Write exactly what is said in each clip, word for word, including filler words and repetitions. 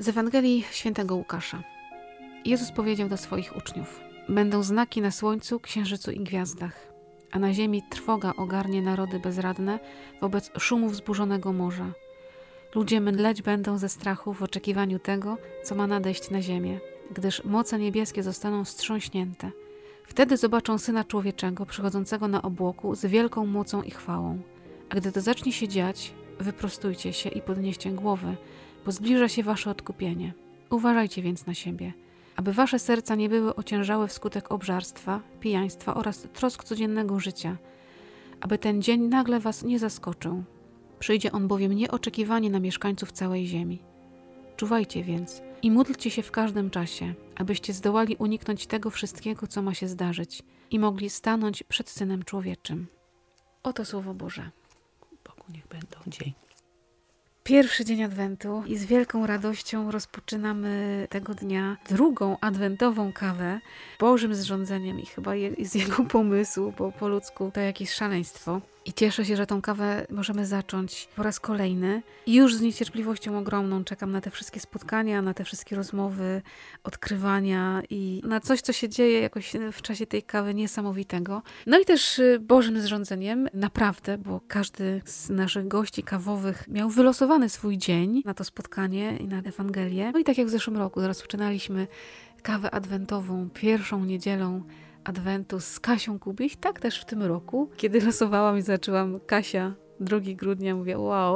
Z Ewangelii Świętego Łukasza. Jezus powiedział do swoich uczniów: będą znaki na słońcu, księżycu i gwiazdach, a na ziemi trwoga ogarnie narody bezradne wobec szumu wzburzonego morza. Ludzie mdleć będą ze strachu w oczekiwaniu tego, co ma nadejść na ziemię, gdyż moce niebieskie zostaną wstrząśnięte. Wtedy zobaczą Syna Człowieczego przychodzącego na obłoku z wielką mocą i chwałą. A gdy to zacznie się dziać, wyprostujcie się i podnieście głowy, bo zbliża się wasze odkupienie. Uważajcie więc na siebie, aby wasze serca nie były ociężałe wskutek obżarstwa, pijaństwa oraz trosk codziennego życia, aby ten dzień nagle was nie zaskoczył. Przyjdzie on bowiem nieoczekiwanie na mieszkańców całej ziemi. Czuwajcie więc i módlcie się w każdym czasie, abyście zdołali uniknąć tego wszystkiego, co ma się zdarzyć i mogli stanąć przed Synem Człowieczym. Oto Słowo Boże. Bogu niech będą dzień. Pierwszy dzień Adwentu i z wielką radością rozpoczynamy tego dnia drugą adwentową kawę Bożym zrządzeniem i chyba je, z jego pomysłu, bo po ludzku to jakieś szaleństwo. I cieszę się, że tą kawę możemy zacząć po raz kolejny. I już z niecierpliwością ogromną czekam na te wszystkie spotkania, na te wszystkie rozmowy, odkrywania i na coś, co się dzieje jakoś w czasie tej kawy niesamowitego. No i też Bożym zrządzeniem, naprawdę, bo każdy z naszych gości kawowych miał wylosowany swój dzień na to spotkanie i na Ewangelię. No i tak jak w zeszłym roku rozpoczynaliśmy kawę adwentową pierwszą niedzielą Adwentu z Kasią Kubiś, tak też w tym roku, kiedy losowałam i zaczęłam Kasia drugiego grudnia, mówię: wow,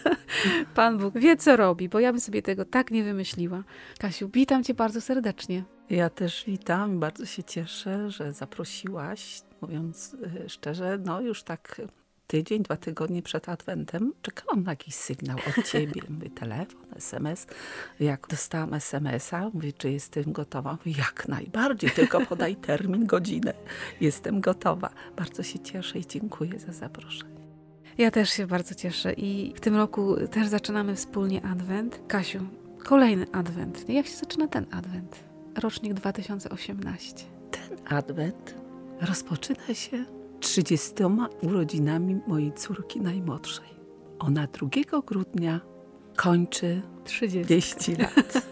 Pan Bóg wie, co robi, bo ja bym sobie tego tak nie wymyśliła. Kasiu, witam cię bardzo serdecznie. Ja też witam i bardzo się cieszę, że zaprosiłaś. Mówiąc szczerze, no już tak tydzień, dwa tygodnie przed Adwentem czekałam na jakiś sygnał od ciebie. Mówię, telefon, es em es. Jak dostałam es em es a, mówię, czy jestem gotowa? Mówię, jak najbardziej, tylko podaj termin, godzinę. Jestem gotowa. Bardzo się cieszę i dziękuję za zaproszenie. Ja też się bardzo cieszę i w tym roku też zaczynamy wspólnie Adwent. Kasiu, kolejny Adwent. Jak się zaczyna ten Adwent? Rocznik dwa tysiące osiemnasty. Ten Adwent rozpoczyna się trzydziestoma urodzinami mojej córki najmłodszej. Ona drugiego grudnia kończy trzydzieści lat.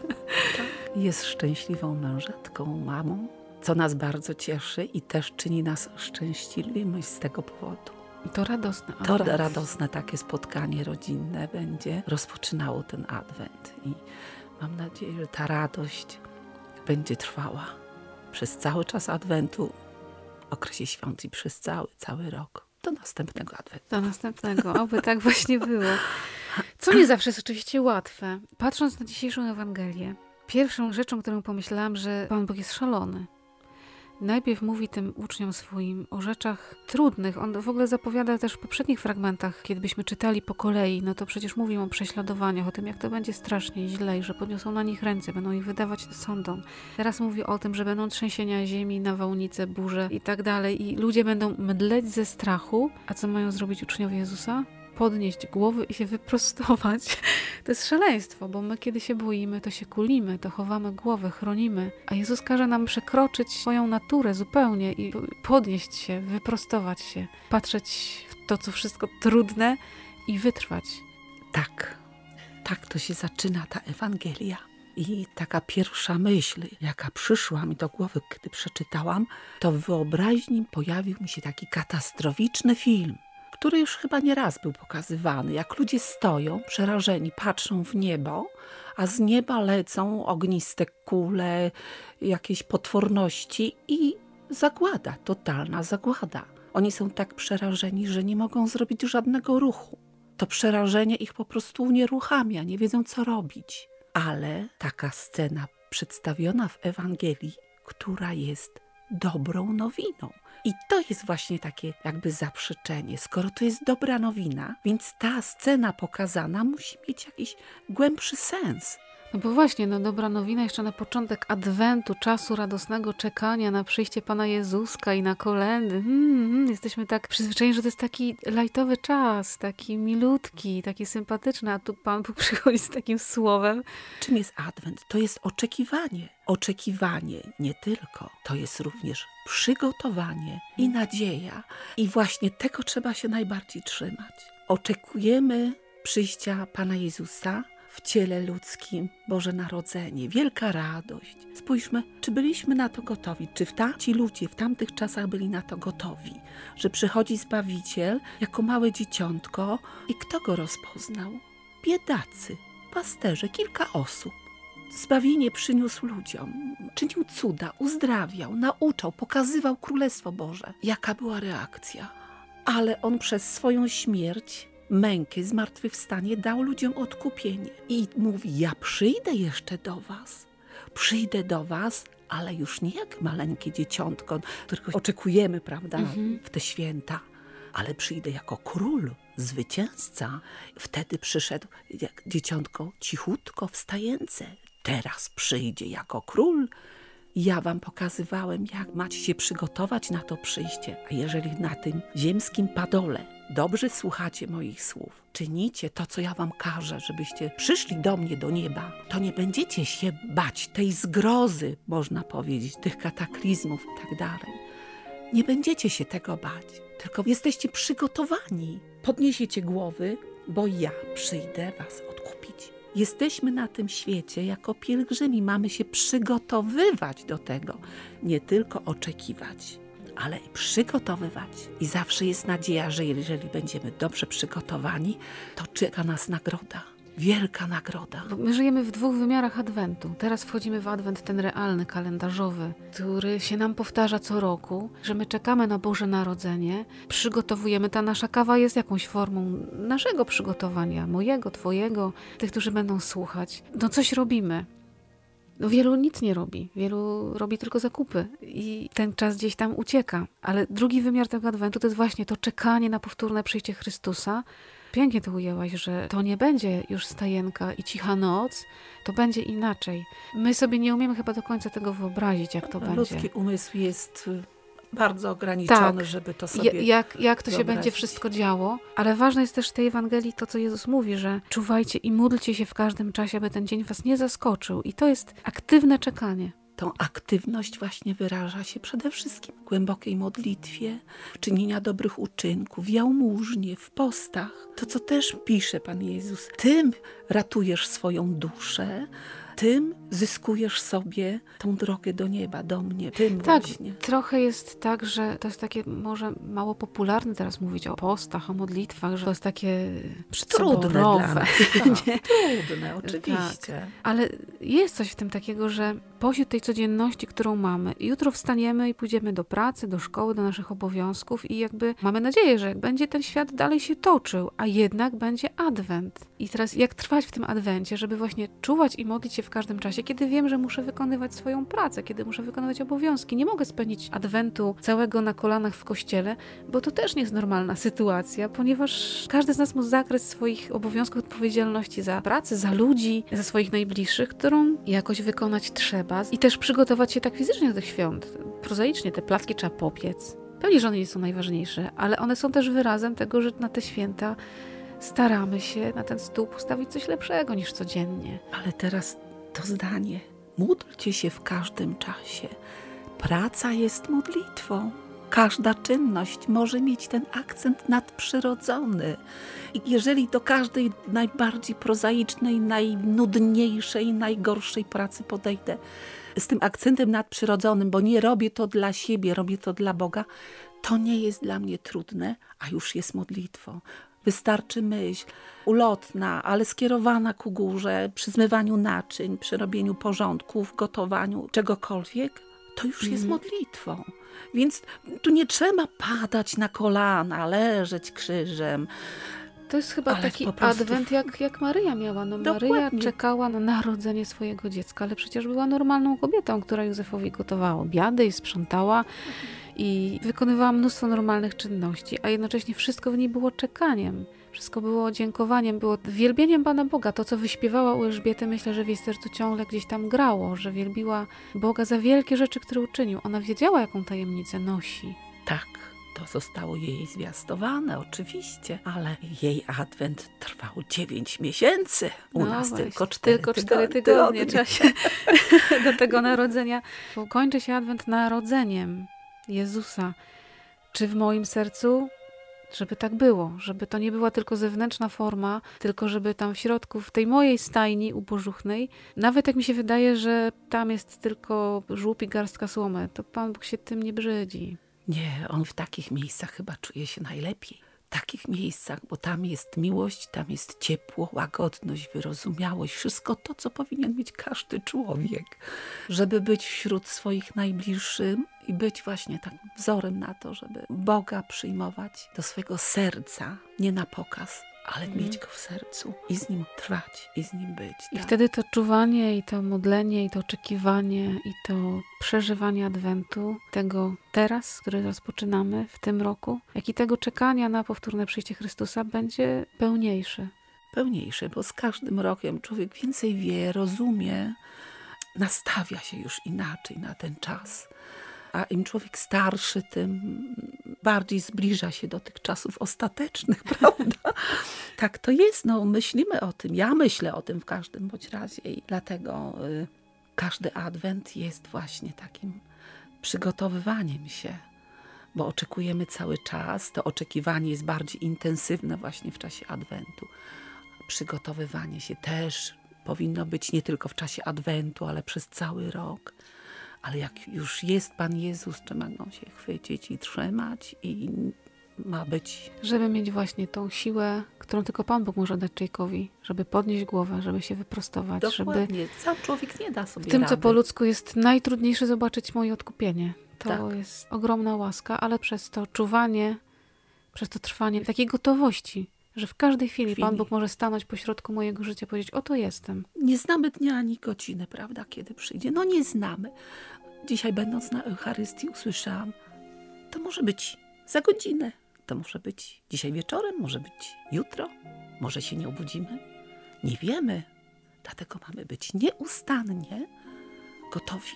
Jest szczęśliwą mężatką, mamą, co nas bardzo cieszy i też czyni nas szczęśliwymi z tego powodu. To radosne. To adwent. radosne takie spotkanie rodzinne będzie rozpoczynało ten Adwent i mam nadzieję, że ta radość będzie trwała przez cały czas Adwentu, okresie świąt i przez cały, cały rok. Do następnego Adwentu. Do następnego, oby tak właśnie było. Co nie zawsze jest oczywiście łatwe. Patrząc na dzisiejszą Ewangelię, pierwszą rzeczą, którą pomyślałam, że Pan Bóg jest szalony. Najpierw mówi tym uczniom swoim o rzeczach trudnych. On w ogóle zapowiada też w poprzednich fragmentach, kiedy byśmy czytali po kolei, no to przecież mówił o prześladowaniach, o tym, jak to będzie strasznie źle i że podniosą na nich ręce, będą ich wydawać sądom. Teraz mówi o tym, że będą trzęsienia ziemi, nawałnice, burze i tak dalej i ludzie będą mdleć ze strachu. A co mają zrobić uczniowie Jezusa? Podnieść głowy i się wyprostować. To jest szaleństwo, bo my kiedy się boimy, to się kulimy, to chowamy głowę, chronimy. A Jezus każe nam przekroczyć swoją naturę zupełnie i podnieść się, wyprostować się, patrzeć w to, co wszystko trudne i wytrwać. Tak, tak to się zaczyna ta Ewangelia. I taka pierwsza myśl, jaka przyszła mi do głowy, kiedy przeczytałam, to w wyobraźni pojawił mi się taki katastroficzny film, który już chyba nie raz był pokazywany, jak ludzie stoją przerażeni, patrzą w niebo, a z nieba lecą ogniste kule, jakieś potworności i zagłada, totalna zagłada. Oni są tak przerażeni, że nie mogą zrobić żadnego ruchu. To przerażenie ich po prostu unieruchamia, nie wiedzą co robić. Ale taka scena przedstawiona w Ewangelii, która jest dobrą nowiną. I to jest właśnie takie jakby zaprzeczenie. Skoro to jest dobra nowina, więc ta scena pokazana musi mieć jakiś głębszy sens. No bo właśnie, no dobra nowina jeszcze na początek Adwentu, czasu radosnego czekania na przyjście Pana Jezuska i na kolędy. Hmm, hmm, jesteśmy tak przyzwyczajeni, że to jest taki lajtowy czas, taki milutki, taki sympatyczny, a tu Pan Bóg przychodzi z takim słowem. Czym jest Adwent? To jest oczekiwanie. Oczekiwanie nie tylko, to jest również przygotowanie i nadzieja. I właśnie tego trzeba się najbardziej trzymać. Oczekujemy przyjścia Pana Jezusa w ciele ludzkim Boże Narodzenie, wielka radość. Spójrzmy, czy byliśmy na to gotowi, czy w tamci ludzie w tamtych czasach byli na to gotowi, że przychodzi Zbawiciel jako małe dzieciątko i kto go rozpoznał? Biedacy, pasterze, kilka osób. Zbawienie przyniósł ludziom, czynił cuda, uzdrawiał, nauczał, pokazywał Królestwo Boże. Jaka była reakcja? Ale on przez swoją śmierć, mękę, zmartwychwstanie dał ludziom odkupienie. I mówi, ja przyjdę jeszcze do was, przyjdę do was, ale już nie jak maleńkie dzieciątko, którego oczekujemy, prawda, mhm. w te święta, ale przyjdę jako król, zwycięzca. Wtedy przyszedł jak dzieciątko cichutko, wstające. Teraz przyjdzie jako król. Ja wam pokazywałem, jak macie się przygotować na to przyjście. A jeżeli na tym ziemskim padole dobrze słuchacie moich słów, czynicie to, co ja wam każę, żebyście przyszli do mnie, do nieba, to nie będziecie się bać tej zgrozy, można powiedzieć, tych kataklizmów i tak dalej. Nie będziecie się tego bać, tylko jesteście przygotowani. Podniesiecie głowy, bo ja przyjdę was odkupić. Jesteśmy na tym świecie jako pielgrzymi, mamy się przygotowywać do tego, nie tylko oczekiwać, ale i przygotowywać. I zawsze jest nadzieja, że jeżeli będziemy dobrze przygotowani, to czeka nas nagroda. Wielka nagroda. Bo my żyjemy w dwóch wymiarach Adwentu. Teraz wchodzimy w Adwent ten realny, kalendarzowy, który się nam powtarza co roku, że my czekamy na Boże Narodzenie, przygotowujemy. Ta nasza kawa jest jakąś formą naszego przygotowania, mojego, twojego, tych, którzy będą słuchać. No coś robimy. No wielu nic nie robi. Wielu robi tylko zakupy i ten czas gdzieś tam ucieka. Ale drugi wymiar tego Adwentu to jest właśnie to czekanie na powtórne przyjście Chrystusa. Pięknie to ujęłaś, że to nie będzie już stajenka i cicha noc, to będzie inaczej. My sobie nie umiemy chyba do końca tego wyobrazić, jak to Ludzki będzie. Ludzki umysł jest bardzo ograniczony, tak. żeby to sobie jak, jak to wyobrazić. się będzie wszystko działo, ale ważne jest też w tej Ewangelii to, co Jezus mówi, że czuwajcie i módlcie się w każdym czasie, aby ten dzień was nie zaskoczył. I to jest aktywne czekanie. Tą aktywność właśnie wyraża się przede wszystkim w głębokiej modlitwie, czynienia dobrych uczynków, w jałmużnie, w postach. To, co też pisze Pan Jezus. Tym ratujesz swoją duszę, tym zyskujesz sobie tą drogę do nieba, do mnie. Tym tak, właśnie. Trochę jest tak, że to jest takie może mało popularne teraz mówić o postach, o modlitwach, że to jest takie przedsoborowe. Trudne, Trudne, oczywiście. Tak. Ale jest coś w tym takiego, że pośród tej codzienności, którą mamy, jutro wstaniemy i pójdziemy do pracy, do szkoły, do naszych obowiązków i jakby mamy nadzieję, że będzie ten świat dalej się toczył, a jednak będzie Adwent. I teraz jak trwać w tym Adwencie, żeby właśnie czuwać i modlić się w każdym czasie, kiedy wiem, że muszę wykonywać swoją pracę, kiedy muszę wykonywać obowiązki. Nie mogę spędzić Adwentu całego na kolanach w kościele, bo to też nie jest normalna sytuacja, ponieważ każdy z nas ma zakres swoich obowiązków, odpowiedzialności za pracę, za ludzi, za swoich najbliższych, którą jakoś wykonać trzeba i też przygotować się tak fizycznie do tych świąt. Prozaicznie te placki trzeba popiec. Pewnie, że one nie są najważniejsze, ale one są też wyrazem tego, że na te święta staramy się na ten stół postawić coś lepszego niż codziennie. Ale teraz to zdanie. Módlcie się w każdym czasie. Praca jest modlitwą. Każda czynność może mieć ten akcent nadprzyrodzony. I jeżeli do każdej najbardziej prozaicznej, najnudniejszej, najgorszej pracy podejdę z tym akcentem nadprzyrodzonym, bo nie robię to dla siebie, robię to dla Boga, to nie jest dla mnie trudne, a już jest modlitwą. Wystarczy myśl ulotna, ale skierowana ku górze, przy zmywaniu naczyń, przy robieniu porządków, gotowaniu czegokolwiek, to już mm. jest modlitwą. Więc tu nie trzeba padać na kolana, leżeć krzyżem. To jest chyba ale taki adwent, jak, jak Maryja miała. No, Maryja czekała na narodzenie swojego dziecka, ale przecież była normalną kobietą, która Józefowi gotowała obiady i sprzątała i wykonywała mnóstwo normalnych czynności, a jednocześnie wszystko w niej było czekaniem. Wszystko było dziękowaniem, było wielbieniem Pana Boga. To, co wyśpiewała u Elżbiety, myślę, że w jej sercu ciągle gdzieś tam grało, że wielbiła Boga za wielkie rzeczy, które uczynił. Ona wiedziała, jaką tajemnicę nosi. Tak, to zostało jej zwiastowane, oczywiście, ale jej adwent trwał dziewięć miesięcy. U no nas właśnie, tylko cztery tylko cztery tygodnie. Trzeba się do tego narodzenia. Bo kończy się adwent narodzeniem Jezusa. Czy w moim sercu, żeby tak było, żeby to nie była tylko zewnętrzna forma, tylko żeby tam w środku, w tej mojej stajni ubożuchnej, nawet jak mi się wydaje, że tam jest tylko żółp i garstka słomy, to Pan Bóg się tym nie brzydzi. Nie, on w takich miejscach chyba czuje się najlepiej. W takich miejscach, bo tam jest miłość, tam jest ciepło, łagodność, wyrozumiałość, wszystko to, co powinien mieć każdy człowiek, żeby być wśród swoich najbliższych i być właśnie takim wzorem na to, żeby Boga przyjmować do swojego serca, nie na pokaz, ale Mhm. mieć Go w sercu i z Nim trwać, i z Nim być. I tak. wtedy to czuwanie, i to modlenie, i to oczekiwanie, i to przeżywanie Adwentu, tego teraz, który rozpoczynamy w tym roku, jak i tego czekania na powtórne przyjście Chrystusa będzie pełniejszy. Pełniejsze, bo z każdym rokiem człowiek więcej wie, rozumie, nastawia się już inaczej na ten czas. A im człowiek starszy, tym bardziej zbliża się do tych czasów ostatecznych, prawda? Tak to jest, no myślimy o tym. Ja myślę o tym w każdym bądź razie i dlatego y, każdy adwent jest właśnie takim przygotowywaniem się, bo oczekujemy cały czas. To oczekiwanie jest bardziej intensywne właśnie w czasie adwentu. Przygotowywanie się też powinno być nie tylko w czasie adwentu, ale przez cały rok. Ale jak już jest Pan Jezus, trzeba go się chwycić i trzymać i ma być. Żeby mieć właśnie tą siłę, którą tylko Pan Bóg może dać człowiekowi, żeby podnieść głowę, żeby się wyprostować, żeby Dokładnie. Sam człowiek nie da sobie w tym, rady. co po ludzku jest najtrudniejsze, zobaczyć moje odkupienie. To Tak. jest ogromna łaska, ale przez to czuwanie, przez to trwanie takiej gotowości, że w każdej chwili, Chwili. Pan Bóg może stanąć pośrodku mojego życia i powiedzieć, oto jestem. Nie znamy dnia ani godziny, prawda, kiedy przyjdzie. No nie znamy. Dzisiaj będąc na Eucharystii usłyszałam, to może być za godzinę, to może być dzisiaj wieczorem, może być jutro, może się nie obudzimy. Nie wiemy, dlatego mamy być nieustannie gotowi.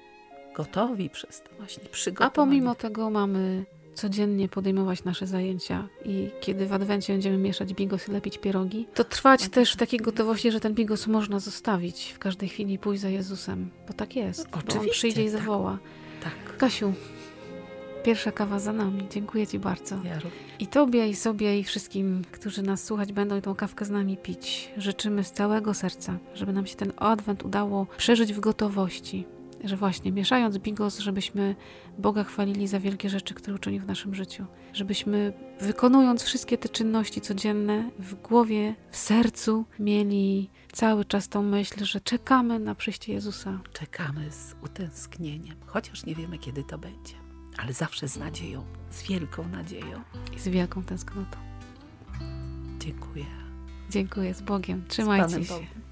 Gotowi przez to właśnie A przygotowanie. pomimo tego mamy codziennie podejmować nasze zajęcia i kiedy w Adwencie będziemy mieszać bigos i lepić pierogi, to trwać też w takiej gotowości, że ten bigos można zostawić w każdej chwili i pójść za Jezusem, bo tak jest, bo On Oczywiście, przyjdzie i tak. zawoła. Tak, Kasiu, pierwsza kawa za nami. Dziękuję Ci bardzo. ja również. I Tobie, i sobie, i wszystkim, którzy nas słuchać będą i tą kawkę z nami pić, życzymy z całego serca, żeby nam się ten Adwent udało przeżyć w gotowości. Że właśnie mieszając bigos, żebyśmy Boga chwalili za wielkie rzeczy, które uczynił w naszym życiu. Żebyśmy wykonując wszystkie te czynności codzienne w głowie, w sercu mieli cały czas tą myśl, że czekamy na przyjście Jezusa. Czekamy z utęsknieniem, chociaż nie wiemy, kiedy to będzie, ale zawsze z nadzieją, z wielką nadzieją. I z wielką tęsknotą. Dziękuję. Dziękuję, z Bogiem. Z Trzymajcie Panem się. Bogiem.